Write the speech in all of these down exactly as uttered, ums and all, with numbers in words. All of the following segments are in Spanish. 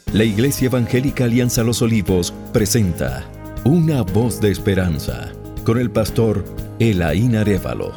La Iglesia Evangélica Alianza Los Olivos presenta Una Voz de Esperanza con el pastor Elaín Arévalo.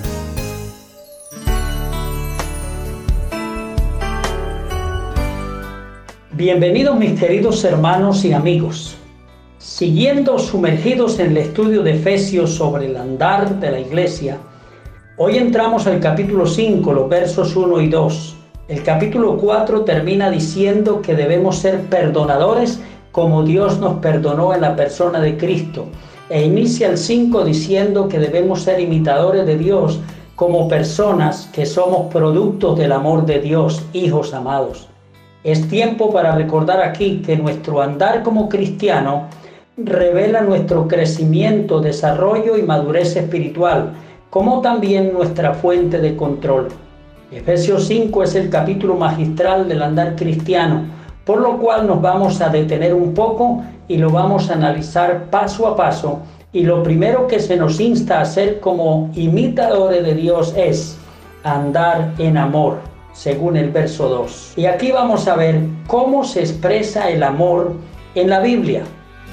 Bienvenidos mis queridos hermanos y amigos. Siguiendo sumergidos en el estudio de Efesios sobre el andar de la Iglesia, hoy entramos al capítulo cinco, los versos uno y dos. El capítulo cuatro termina diciendo que debemos ser perdonadores como Dios nos perdonó en la persona de Cristo. E inicia el cinco diciendo que debemos ser imitadores de Dios como personas que somos productos del amor de Dios, hijos amados. Es tiempo para recordar aquí que nuestro andar como cristiano revela nuestro crecimiento, desarrollo y madurez espiritual, como también nuestra fuente de control. Efesios cinco es el capítulo magistral del andar cristiano, por lo cual nos vamos a detener un poco y lo vamos a analizar paso a paso. Y lo primero que se nos insta a hacer como imitadores de Dios es andar en amor, según el verso dos. Y aquí vamos a ver cómo se expresa el amor en la Biblia.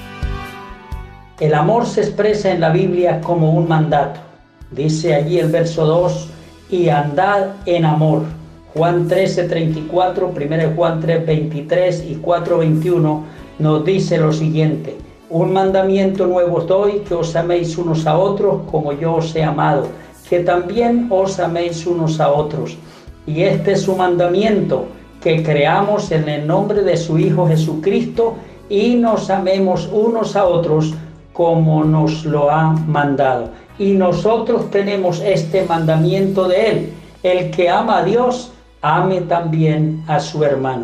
El amor se expresa en la Biblia como un mandato. Dice allí el verso dos, y andad en amor. Juan trece, treinta y cuatro, primera de Juan tres, veintitrés y cuatro, veintiuno nos dice lo siguiente: un mandamiento nuevo os doy, que os améis unos a otros como yo os he amado, que también os améis unos a otros. Y este es su mandamiento, que creamos en el nombre de su Hijo Jesucristo y nos amemos unos a otros como nos lo ha mandado. Y nosotros tenemos este mandamiento de Él: el que ama a Dios, ame también a su hermano.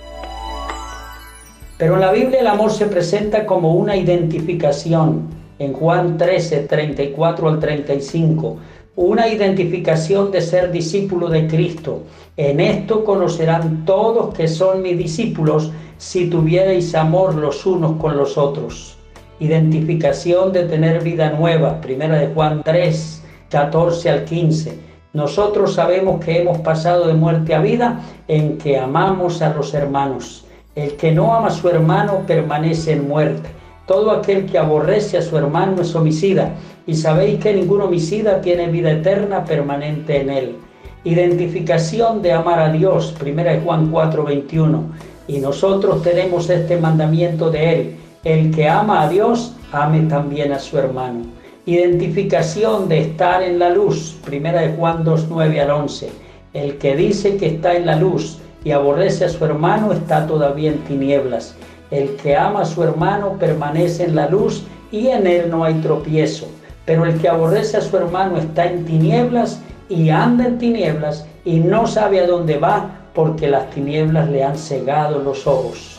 Pero en la Biblia el amor se presenta como una identificación. En Juan trece, treinta y cuatro al treinta y cinco, una identificación de ser discípulo de Cristo. En esto conocerán todos que son mis discípulos, si tuviereis amor los unos con los otros. Identificación de tener vida nueva, primera de Juan tres, catorce al quince. Nosotros sabemos que hemos pasado de muerte a vida en que amamos a los hermanos. El que no ama a su hermano permanece en muerte. Todo aquel que aborrece a su hermano es homicida, y sabéis que ningún homicida tiene vida eterna permanente en él. Identificación de amar a Dios, primera de Juan cuatro, veintiuno. Y nosotros tenemos este mandamiento de Él: el que ama a Dios, ame también a su hermano. Identificación de estar en la luz, primera de Juan dos, nueve al once. El que dice que está en la luz y aborrece a su hermano está todavía en tinieblas. El que ama a su hermano permanece en la luz y en él no hay tropiezo. Pero el que aborrece a su hermano está en tinieblas y anda en tinieblas y no sabe a dónde va, porque las tinieblas le han cegado los ojos.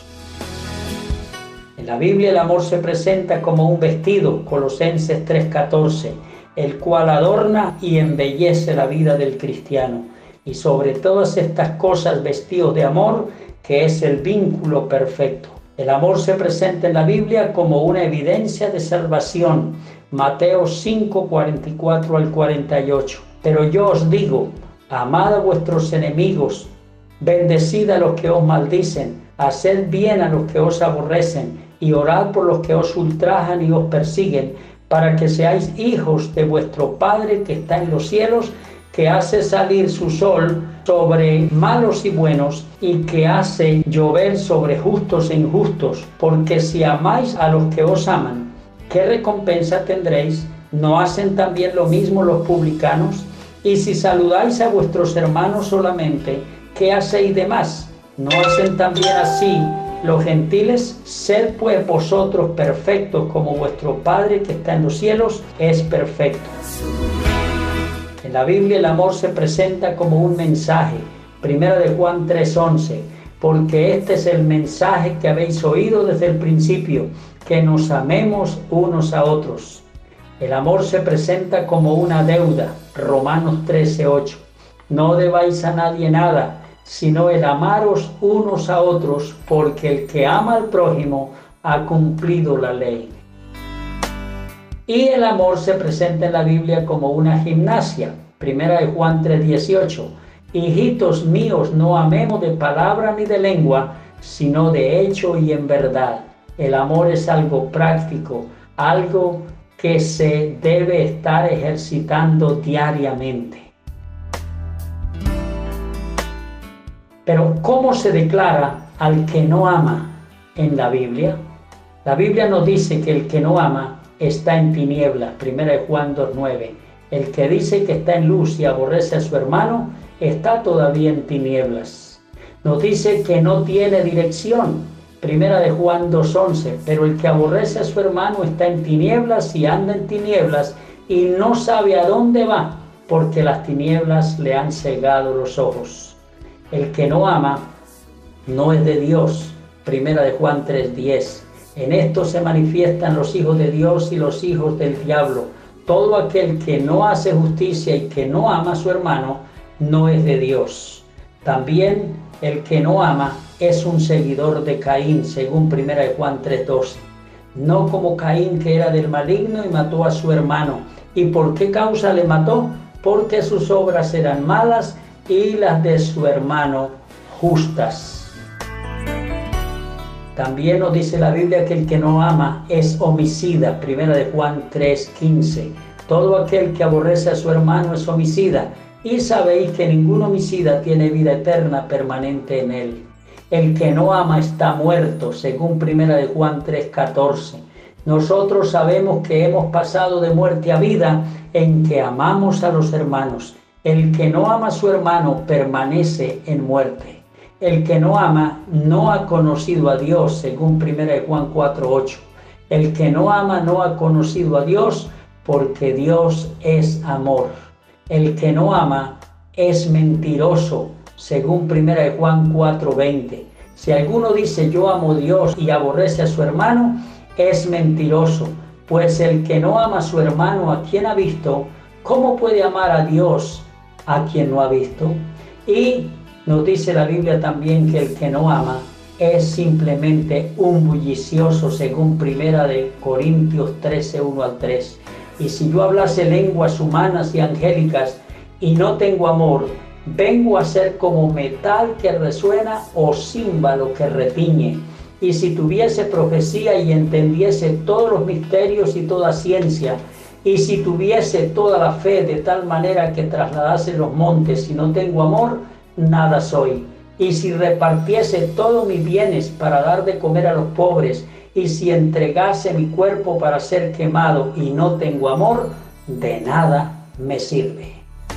En la Biblia el amor se presenta como un vestido, Colosenses tres, catorce, el cual adorna y embellece la vida del cristiano. Y sobre todas estas cosas vestidos de amor, que es el vínculo perfecto. El amor se presenta en la Biblia como una evidencia de salvación, Mateo cinco, cuarenta y cuatro al cuarenta y ocho. Pero yo os digo, amad a vuestros enemigos, bendecid a los que os maldicen, haced bien a los que os aborrecen, y orad por los que os ultrajan y os persiguen, para que seáis hijos de vuestro Padre que está en los cielos, que hace salir su sol sobre malos y buenos, y que hace llover sobre justos e injustos. Porque si amáis a los que os aman, ¿qué recompensa tendréis? ¿No hacen también lo mismo los publicanos? Y si saludáis a vuestros hermanos solamente, ¿qué hacéis de más? ¿No hacen también así los gentiles? Sed pues vosotros perfectos, como vuestro Padre que está en los cielos es perfecto. En la Biblia el amor se presenta como un mensaje, primera de Juan tres, once, porque este es el mensaje que habéis oído desde el principio, que nos amemos unos a otros. El amor se presenta como una deuda, Romanos trece, ocho. No debáis a nadie nada, sino el amaros unos a otros, porque el que ama al prójimo ha cumplido la ley. Y el amor se presenta en la Biblia como una gimnasia, primera de Juan tres, dieciocho. Hijitos míos, no amemos de palabra ni de lengua, sino de hecho y en verdad. El amor es algo práctico, algo que se debe estar ejercitando diariamente. Pero ¿cómo se declara al que no ama en la Biblia? La Biblia nos dice que el que no ama está en tinieblas, primera de Juan dos nueve. El que dice que está en luz y aborrece a su hermano, está todavía en tinieblas. Nos dice que no tiene dirección, primera de Juan dos once. Pero el que aborrece a su hermano está en tinieblas y anda en tinieblas y no sabe a dónde va, porque las tinieblas le han cegado los ojos. El que no ama no es de Dios, primera de Juan tres diez. En esto se manifiestan los hijos de Dios y los hijos del diablo. Todo aquel que no hace justicia y que no ama a su hermano, no es de Dios. También el que no ama es un seguidor de Caín, según primera de Juan tres doce. No como Caín, que era del maligno y mató a su hermano. ¿Y por qué causa le mató? Porque sus obras eran malas y las de su hermano justas. También nos dice la Biblia que el que no ama es homicida, primera de Juan tres quince. Todo aquel que aborrece a su hermano es homicida, y sabéis que ningún homicida tiene vida eterna permanente en él. El que no ama está muerto, según primera de Juan tres catorce. Nosotros sabemos que hemos pasado de muerte a vida en que amamos a los hermanos. El que no ama a su hermano permanece en muerte. El que no ama no ha conocido a Dios, según primera de Juan cuatro ocho. El que no ama no ha conocido a Dios, porque Dios es amor. El que no ama es mentiroso, según primera de Juan cuatro veinte. Si alguno dice yo amo a Dios y aborrece a su hermano, es mentiroso, pues el que no ama a su hermano a quien ha visto, ¿cómo puede amar a Dios a quien no ha visto? Y nos dice la Biblia también que el que no ama es simplemente un bullicioso, según primera de Corintios trece, uno al tres. Y si yo hablase lenguas humanas y angélicas y no tengo amor, vengo a ser como metal que resuena o címbalo que retiñe. Y si tuviese profecía y entendiese todos los misterios y toda ciencia, y si tuviese toda la fe de tal manera que trasladase los montes y no tengo amor, nada soy. Y si repartiese todos mis bienes para dar de comer a los pobres, y si entregase mi cuerpo para ser quemado y no tengo amor, de nada me sirve.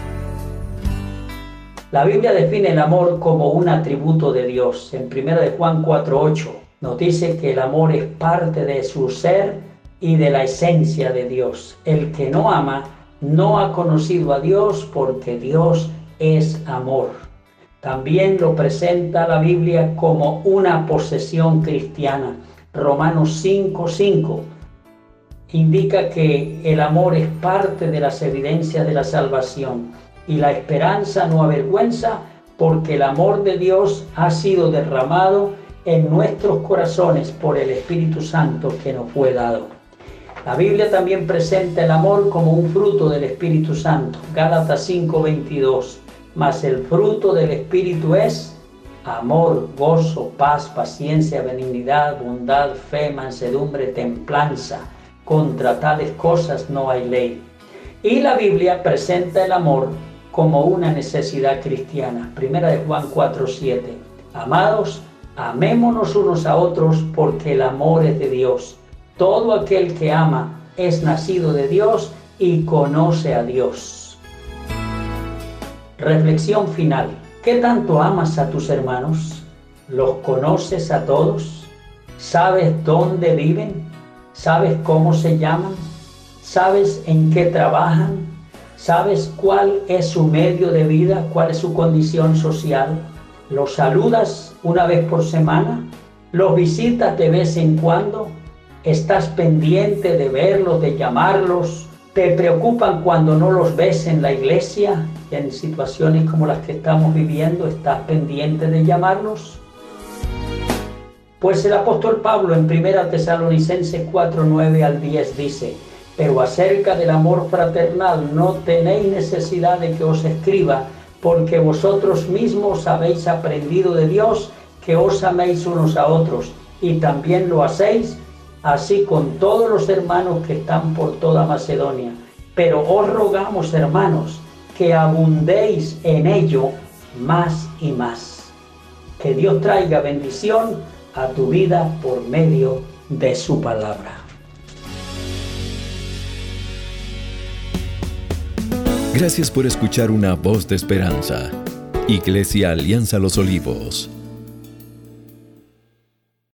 La Biblia define el amor como un atributo de Dios. En primera de Juan cuatro ocho nos dice que el amor es parte de su ser y de la esencia de Dios. El que no ama no ha conocido a Dios, porque Dios es amor. También lo presenta la Biblia como una posesión cristiana. Romanos cinco cinco indica que el amor es parte de las evidencias de la salvación y la esperanza no avergüenza, porque el amor de Dios ha sido derramado en nuestros corazones por el Espíritu Santo que nos fue dado. La Biblia también presenta el amor como un fruto del Espíritu Santo. Gálatas cinco veintidós. Mas el fruto del Espíritu es amor, gozo, paz, paciencia, benignidad, bondad, fe, mansedumbre, templanza. Contra tales cosas no hay ley. Y la Biblia presenta el amor como una necesidad cristiana. Primera de Juan cuatro siete. Amados, amémonos unos a otros, porque el amor es de Dios. Todo aquel que ama es nacido de Dios y conoce a Dios. Reflexión final. ¿Qué tanto amas a tus hermanos? ¿Los conoces a todos? ¿Sabes dónde viven? ¿Sabes cómo se llaman? ¿Sabes en qué trabajan? ¿Sabes cuál es su medio de vida? ¿Cuál es su condición social? ¿Los saludas una vez por semana? ¿Los visitas de vez en cuando? ¿Estás pendiente de verlos, de llamarlos? ¿Te preocupan cuando no los ves en la iglesia? En situaciones como las que estamos viviendo, ¿estás pendiente de llamarlos? Pues el apóstol Pablo en primera Tesalonicenses cuatro, nueve al diez dice: pero acerca del amor fraternal no tenéis necesidad de que os escriba, porque vosotros mismos habéis aprendido de Dios que os améis unos a otros, y también lo hacéis, así con todos los hermanos que están por toda Macedonia. Pero os rogamos, hermanos, que abundéis en ello más y más. Que Dios traiga bendición a tu vida por medio de su palabra. Gracias por escuchar Una Voz de Esperanza. Iglesia Alianza Los Olivos.